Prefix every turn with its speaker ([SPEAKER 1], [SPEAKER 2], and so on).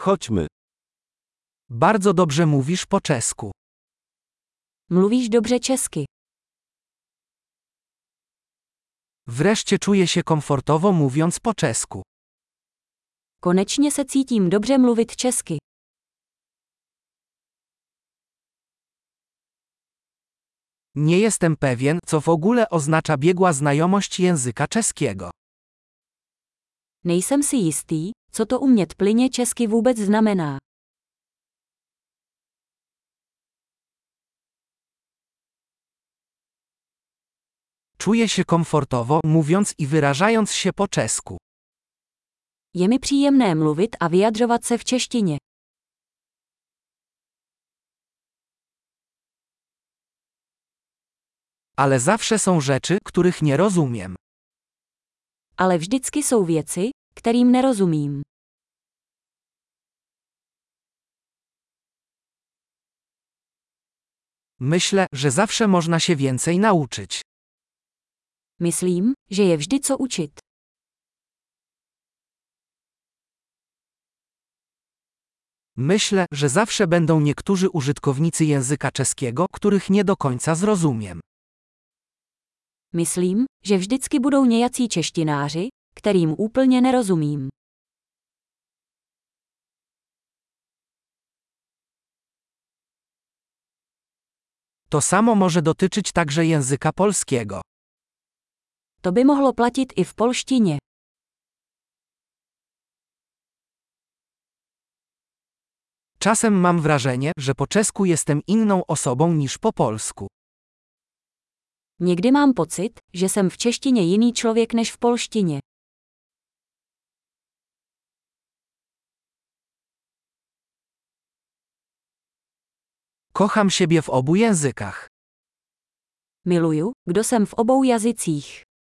[SPEAKER 1] Chodźmy.
[SPEAKER 2] Bardzo dobrze mówisz po czesku.
[SPEAKER 3] Mluvíš dobře česky.
[SPEAKER 2] Wreszcie czuję się komfortowo mówiąc po czesku.
[SPEAKER 3] Konečně se cítím dobře mluvit česky.
[SPEAKER 2] Nie jestem pewien, co w ogóle oznacza biegła znajomość języka czeskiego.
[SPEAKER 3] Nejsem si jistý, co to umět plyně česky vůbec znamená.
[SPEAKER 2] Czuję się komfortowo mówiąc i wyrażając się po czesku.
[SPEAKER 3] Je mi příjemné mluvit a vyjadřovat se v češtině.
[SPEAKER 2] Ale zawsze są rzeczy, których nie rozumiem.
[SPEAKER 3] Ale vždycky jsou věci, kterým nerozumím.
[SPEAKER 2] Myślę, że zawsze można się więcej nauczyć.
[SPEAKER 3] Myslím, že je vždy co učit.
[SPEAKER 2] Myślę, że zawsze będą niektórzy użytkownicy języka czeskiego, których nie do końca zrozumiem.
[SPEAKER 3] Myslím, že vždycky budou nějací češtináři, kterým úplně nerozumím.
[SPEAKER 2] To samo może dotyczyć także języka polskiego.
[SPEAKER 3] To by mohlo platit i v polštině.
[SPEAKER 2] Czasem mam wrażenie, że po czesku jestem inną osobą niż po polsku.
[SPEAKER 3] Někdy mám pocit, že jsem v češtině jiný člověk než v polštině.
[SPEAKER 2] Kocham siebie w obu językach.
[SPEAKER 3] Miluju, kdo jsem v obou jazycích.